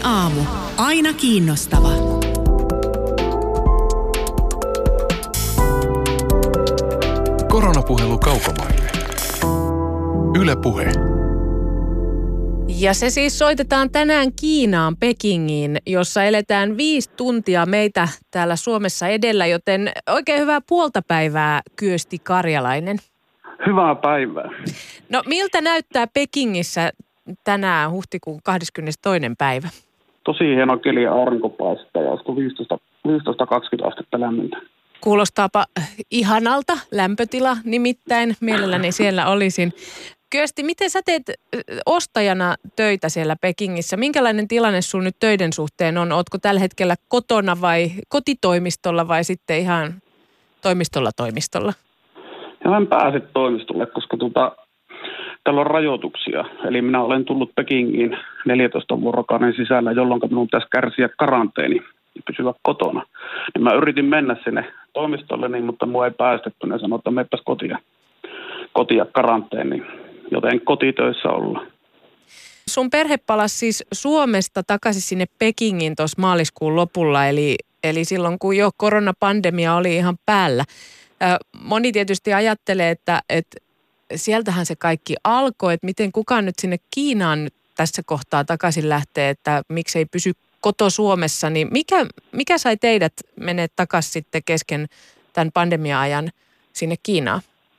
aamu. Aina kiinnostava. Koronapuhelu Kaukomaille. Yle Puhe. Ja se siis soitetaan tänään Kiinaan, Pekingiin, jossa eletään 5 tuntia meitä täällä Suomessa edellä, joten oikein hyvää puolta päivää, Kyösti Karjalainen. Hyvää päivää. No miltä näyttää Pekingissä tänään huhtikuun 22. päivä? Tosi hieno keli, aurinko paistaa ja olisiko 15-20 astetta lämmintä. Kuulostaapa ihanalta, lämpötila nimittäin, mielelläni siellä olisin. Kyösti, miten sä teet ostajana töitä siellä Pekingissä? Minkälainen tilanne sun nyt töiden suhteen on? Ootko tällä hetkellä kotona vai kotitoimistolla vai sitten ihan toimistolla? Ja en pääse toimistolle, koska täällä on rajoituksia. Eli minä olen tullut Pekingiin 14 vuorokauden sisällä, jolloin minun pitäisi kärsiä karanteeni ja pysyä kotona. Niin mä yritin mennä sinne toimistolle, mutta mua ei päästetty. Ne sanoi, että menepäs kotia karanteeniin, joten kotitöissä ollaan. Sun perhe palasi siis Suomesta takaisin sinne Pekingiin tuossa maaliskuun lopulla, eli silloin kun jo koronapandemia oli ihan päällä. Moni tietysti ajattelee, että sieltähän se kaikki alkoi, että miten kukaan nyt sinne Kiinaan nyt tässä kohtaa takaisin lähtee, että miksei pysy koto Suomessa, niin mikä sai teidät menee takaisin sitten kesken tämän pandemia-ajan sinne Kiinaan?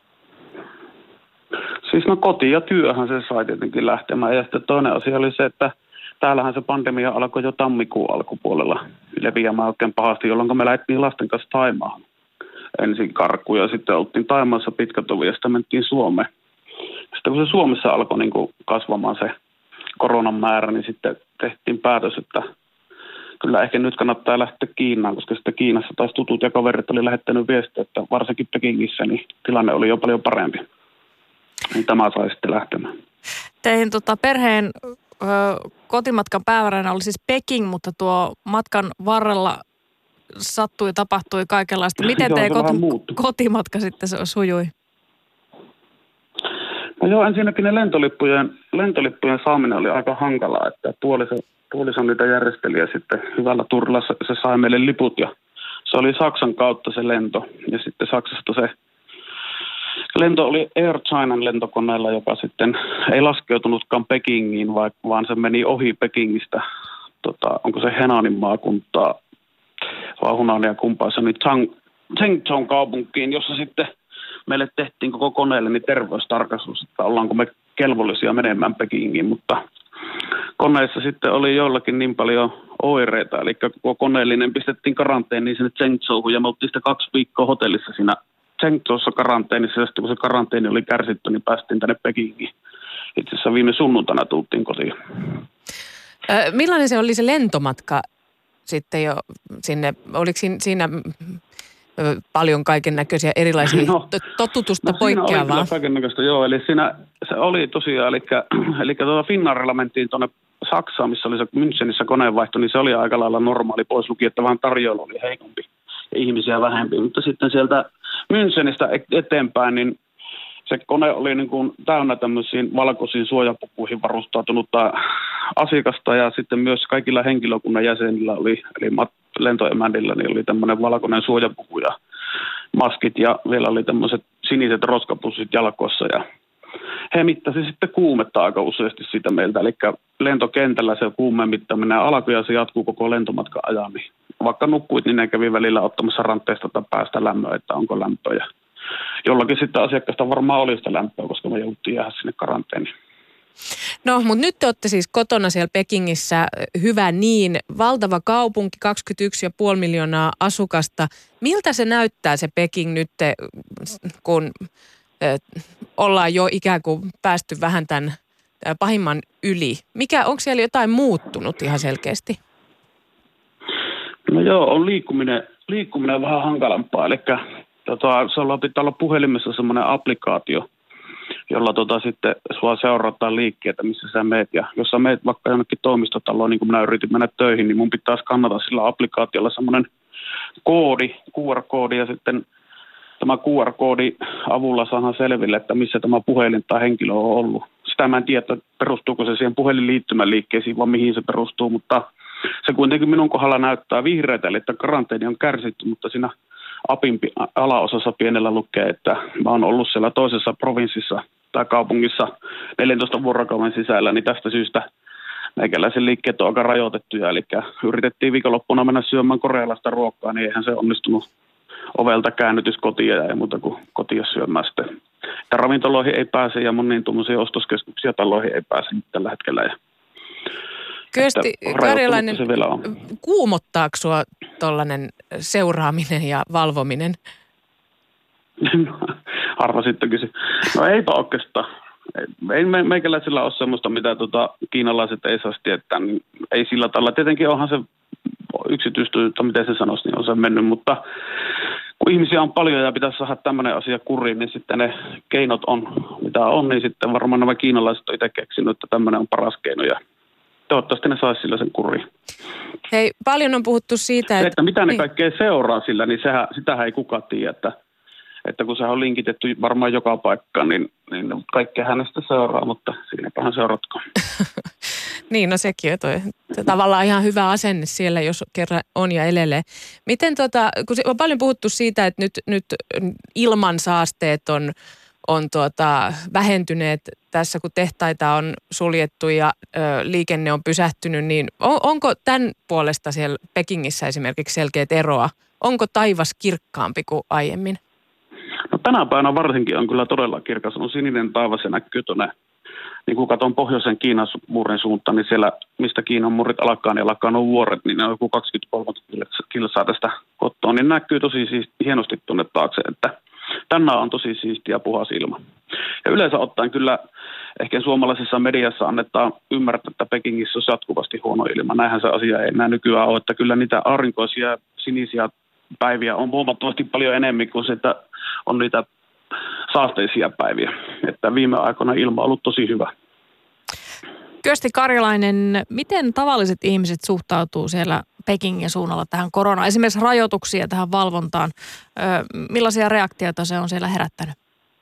Siis koti ja työhän se sai tietenkin lähtemään. Ja sitten toinen asia oli se, että täällähän se pandemia alkoi jo tammikuun alkupuolella leviämään oikein pahasti, jolloin me lähdettiin lasten kanssa Taimaahan. Ensin karkuun ja sitten oltiin Taimaassa pitkä tovi ja sitten mentiin Suomeen. Sitten kun se Suomessa alkoi kasvamaan se koronan määrä, niin sitten tehtiin päätös, että kyllä ehkä nyt kannattaa lähteä Kiinaan, koska sitten Kiinassa taas tutut ja kaverit oli lähettänyt viestiä, että varsinkin Pekingissä niin tilanne oli jo paljon parempi. Niin tämä sai sitten lähtemään. Teidän perheen kotimatkan päiväraina oli siis Peking, mutta tuo matkan varrella sattui ja tapahtui kaikenlaista. Miten teidän kotimatka sitten sujui? No joo, ensinnäkin ne lentolippujen saaminen oli aika hankalaa, että puoliso niitä järjesteli ja sitten hyvällä turilla se sai meille liput ja se oli Saksan kautta se lento ja sitten Saksasta se lento oli Air Chinan lentokoneella, joka sitten ei laskeutunutkaan Pekingiin, vaan se meni ohi Pekingistä. Onko se Henanin maakuntaa vai Hunania kumpaissa, niin Zhengzhoun kaupunkiin, jossa sitten meille tehtiin koko koneelle niin terveystarkastus, että ollaanko me kelvollisia menemään Pekingiin, mutta koneessa sitten oli jollakin niin paljon oireita, eli koko koneellinen pistettiin karanteeniin sinne Zhengzhouhun ja me oltiin sitten 2 viikkoa hotellissa siinä Zhengzhoussa karanteenissa ja sitten kun se karanteeni oli kärsitty, niin päästiin tänne Pekingiin. Itse asiassa viime sunnuntaina tultiin kotiin. Millainen se oli se lentomatka sitten jo sinne? Oliko siinä paljon kaiken näköisiä erilaisia totutusta poikkeavaa? Siinä oli kyllä kaiken näköistä, joo. Eli siinä se oli tosiaan, eli Finnairilla mentiin tuonne Saksaan, missä oli se Münchenissä koneenvaihto, niin se oli aika lailla normaali, pois luki, että vähän tarjoilu oli heikompi ja ihmisiä vähempi. Mutta sitten sieltä Münchenistä eteenpäin, niin se kone oli niin kuin täynnä tämmöisiin valkoisiin suojapukuihin varustautunutta asiakasta ja sitten myös kaikilla henkilökunnan jäsenillä oli, eli lentoemändillä, niin oli tämmöinen valkoinen suojapuku ja maskit ja vielä oli tämmöiset siniset roskapussit jalkoissa ja he mittasi sitten kuumetta aika useasti sitä meiltä, eli lentokentällä se kuumeen mittaminen alkoi ja se jatkuu koko lentomatkan ajan, niin vaikka nukkuit, niin ne kävi välillä ottamassa ranteesta tai päästä lämmöä, että onko lämpöä. Jollakin sitten asiakkaasta varmaan oli sitä lämpöä, koska me jouduttiin jäädä sinne karanteeniin. No, mutta nyt te olette siis kotona siellä Pekingissä, hyvä niin. Valtava kaupunki, 21,5 miljoonaa asukasta. Miltä se näyttää se Peking nyt, kun ollaan jo ikään kuin päästy vähän tämän pahimman yli? Onko siellä jotain muuttunut ihan selkeästi? No joo, on liikkuminen vähän hankalampaa. Eli pitää olla puhelimessa semmoinen applikaatio, jolla sitten sua seurataan liikkeitä, missä sä meet. Ja jos sä meet vaikka jonnekin toimistotaloon, niin kun minä yritin mennä töihin, niin mun pitää skannata sillä applikaatiolla semmoinen QR-koodi, ja sitten tämä QR-koodi avulla saadaan selville, että missä tämä puhelin tai henkilö on ollut. Sitä sitä mä en tiedä, että perustuuko se siihen puhelinliittymän liikkeisiin, vaan mihin se perustuu, mutta se kuitenkin minun kohdalla näyttää vihreätä, eli että karanteeni on kärsitty, mutta siinä apin alaosassa pienellä lukee, että mä oon ollut siellä toisessa provinssissa tai kaupungissa 14 vuorokauden sisällä, niin tästä syystä meikäläisen liikkeet on aika rajoitettuja, eli yritettiin viikonloppuna mennä syömään korealaista ruokaa, niin eihän se onnistunut ovelta käännytys kotiin ja ei muuta kuin kotiin syömään sitten. Että ravintoloihin ei pääse ja moniin tuommoisia ostoskeskuksia taloihin ei pääse tällä hetkellä. Ja Kyösti Karjalainen, kuumottaako sua tollainen seuraaminen ja valvominen? Arvasit kysyä. No eipä oikeastaan. Ei meikäläisellä ole semmoista, mitä kiinalaiset ei saisi tietää. Niin ei sillä tavalla. Tietenkin onhan se yksityistyötä, miten se sanoisi, niin on se mennyt. Mutta kun ihmisiä on paljon ja pitäisi saada tämmöinen asia kuriin, niin sitten ne keinot on, mitä on, niin sitten varmaan nämä kiinalaiset on itse keksinyt, että tämmöinen on paras keino. Ja toivottavasti ne saisi sillä sen kuriin. Hei, paljon on puhuttu siitä, että mitä ne kaikkea seuraa sillä, niin sitähän ei kukaan tiedä, että kun se on linkitetty varmaan joka paikkaan, niin kaikkea hänestä seuraa, mutta siinäpähän seuratko. Niin, no sekin on tavallaan ihan hyvä asenne siellä, jos kerran on ja elelee. Miten kun on paljon puhuttu siitä, että nyt ilmansaasteet on vähentyneet tässä, kun tehtaita on suljettu ja liikenne on pysähtynyt, niin onko tämän puolesta siellä Pekingissä esimerkiksi selkeät eroa? Onko taivas kirkkaampi kuin aiemmin? No tänä päivänä varsinkin on kyllä todella kirkas. On sininen taivas ja näkyy tuonne, niin kun katson pohjoisen Kiinan muurin suuntaan, niin siellä, mistä Kiinan muurit alkaa, niin alkaa nuo vuoret, niin ne on joku 23 kilsaa tästä kotoa, niin näkyy tosi hienosti tuonne taakse, että tänään on tosi siisti ja puhas ilma. Ja yleensä ottaen kyllä ehkä suomalaisessa mediassa annetaan ymmärtää, että Pekingissä on jatkuvasti huono ilma. Näinhän se asia ei enää nykyään ole, että kyllä niitä aurinkoisia sinisiä päiviä on huomattavasti paljon enemmän kuin se, että on niitä saasteisia päiviä. Että viime aikoina ilma on ollut tosi hyvä. Kyösti Karjalainen, miten tavalliset ihmiset suhtautuu siellä Pekingin suunnalla tähän koronaan? Esimerkiksi rajoituksia tähän valvontaan. Millaisia reaktioita se on siellä herättänyt?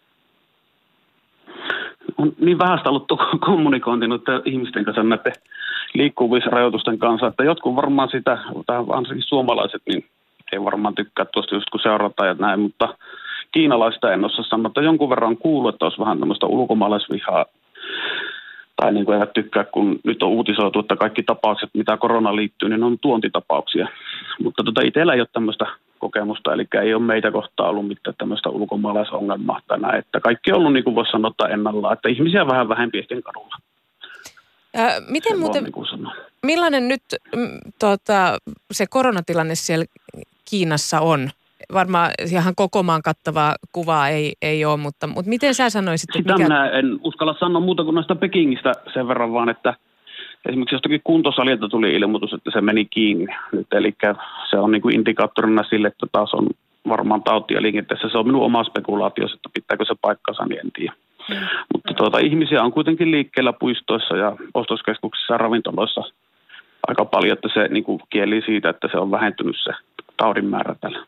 On niin vähäistä ollut kommunikointinut ihmisten kanssa näiden liikkuvuusrajoitusten kanssa, että jotkut varmaan sitä, varsinkin suomalaiset, niin ei varmaan tykkää tuosta just kun seurataan ja näin, mutta kiinalaista en osaa sanoa, että jonkun verran kuuluu, että olisi vähän tämmöistä ulkomaalaisvihaa, tai niin kuin eivät tykkää, kun nyt on uutisoitu, että kaikki tapaukset, mitä korona liittyy, niin on tuontitapauksia. Mutta itsellä ei ole tämmöistä kokemusta, eli ei ole meitä kohtaan ollut mitään tämmöistä ulkomaalaisongelmaa tai näin, että kaikki on ollut, niin kuin voisi sanoa, ennallaan, että ihmisiä vähän vähempi ehkä kadulla. Miten muuten, millainen nyt se koronatilanne siellä Kiinassa on? Varmaan ihan koko maan kattavaa kuvaa ei ole, mutta miten sä sanoisit? Sitä minä en uskalla sanoa muuta kuin noista Pekingistä sen verran, vaan että esimerkiksi jostakin kuntosalilta tuli ilmoitus, että se meni kiinni nyt. Eli se on niin kuin indikaattorina sille, että taas on varmaan tautia liikenteessä. Se on minun oma spekulaatio, että pitääkö se paikkansa, niin en tiedä. Mutta ihmisiä on kuitenkin liikkeellä puistoissa ja ostoskeskuksissa ja ravintoloissa aika paljon, että se niin kuin kieli siitä, että se on vähentynyt se taudin määrä täällä.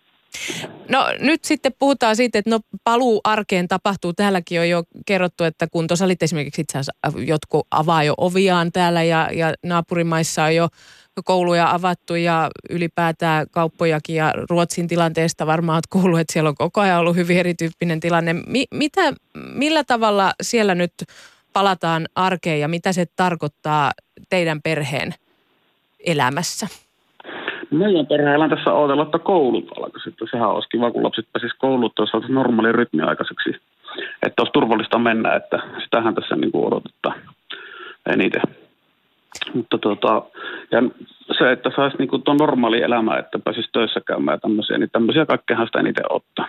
No nyt sitten puhutaan siitä, että paluu arkeen tapahtuu. Täälläkin on jo kerrottu, että kuntosalit esimerkiksi itse asiassa jotkut avaa jo oviaan täällä ja naapurimaissa on jo kouluja avattu ja ylipäätään kauppojakin ja Ruotsin tilanteesta varmaan olet kuullut, että siellä on koko ajan ollut hyvin erityyppinen tilanne. Millä tavalla siellä nyt palataan arkeen ja mitä se tarkoittaa teidän perheen elämässä? Meidän perheellä tässä odotella, että koulut alkaisi. Sehän olisi kiva, kun lapset pääsisivät kouluun, jos olisi normaali rytmi aikaiseksi. Että olisi turvallista mennä, että sitähän tässä niin kuin odotetaan eniten. Mutta ja se, että saisi niin kuin tuon normaali elämä, että pääsisi töissä käymään ja tämmöisiä, niin tämmöisiä kaikkeahan sitä eniten ottaa.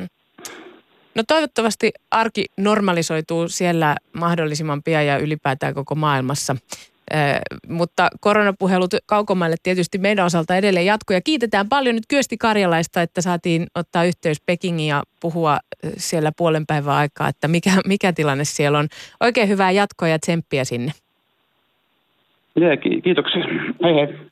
No toivottavasti arki normalisoituu siellä mahdollisimman pian ja ylipäätään koko maailmassa. Mutta koronapuhelut kaukomaille tietysti meidän osalta edelleen jatkuu. Ja kiitetään paljon nyt Kyösti Karjalaista, että saatiin ottaa yhteys Pekingiin ja puhua siellä puolen päivän aikaa, että mikä tilanne siellä on. Oikein hyvää jatkoa ja tsemppiä sinne. Kiitoksia. Hei hei.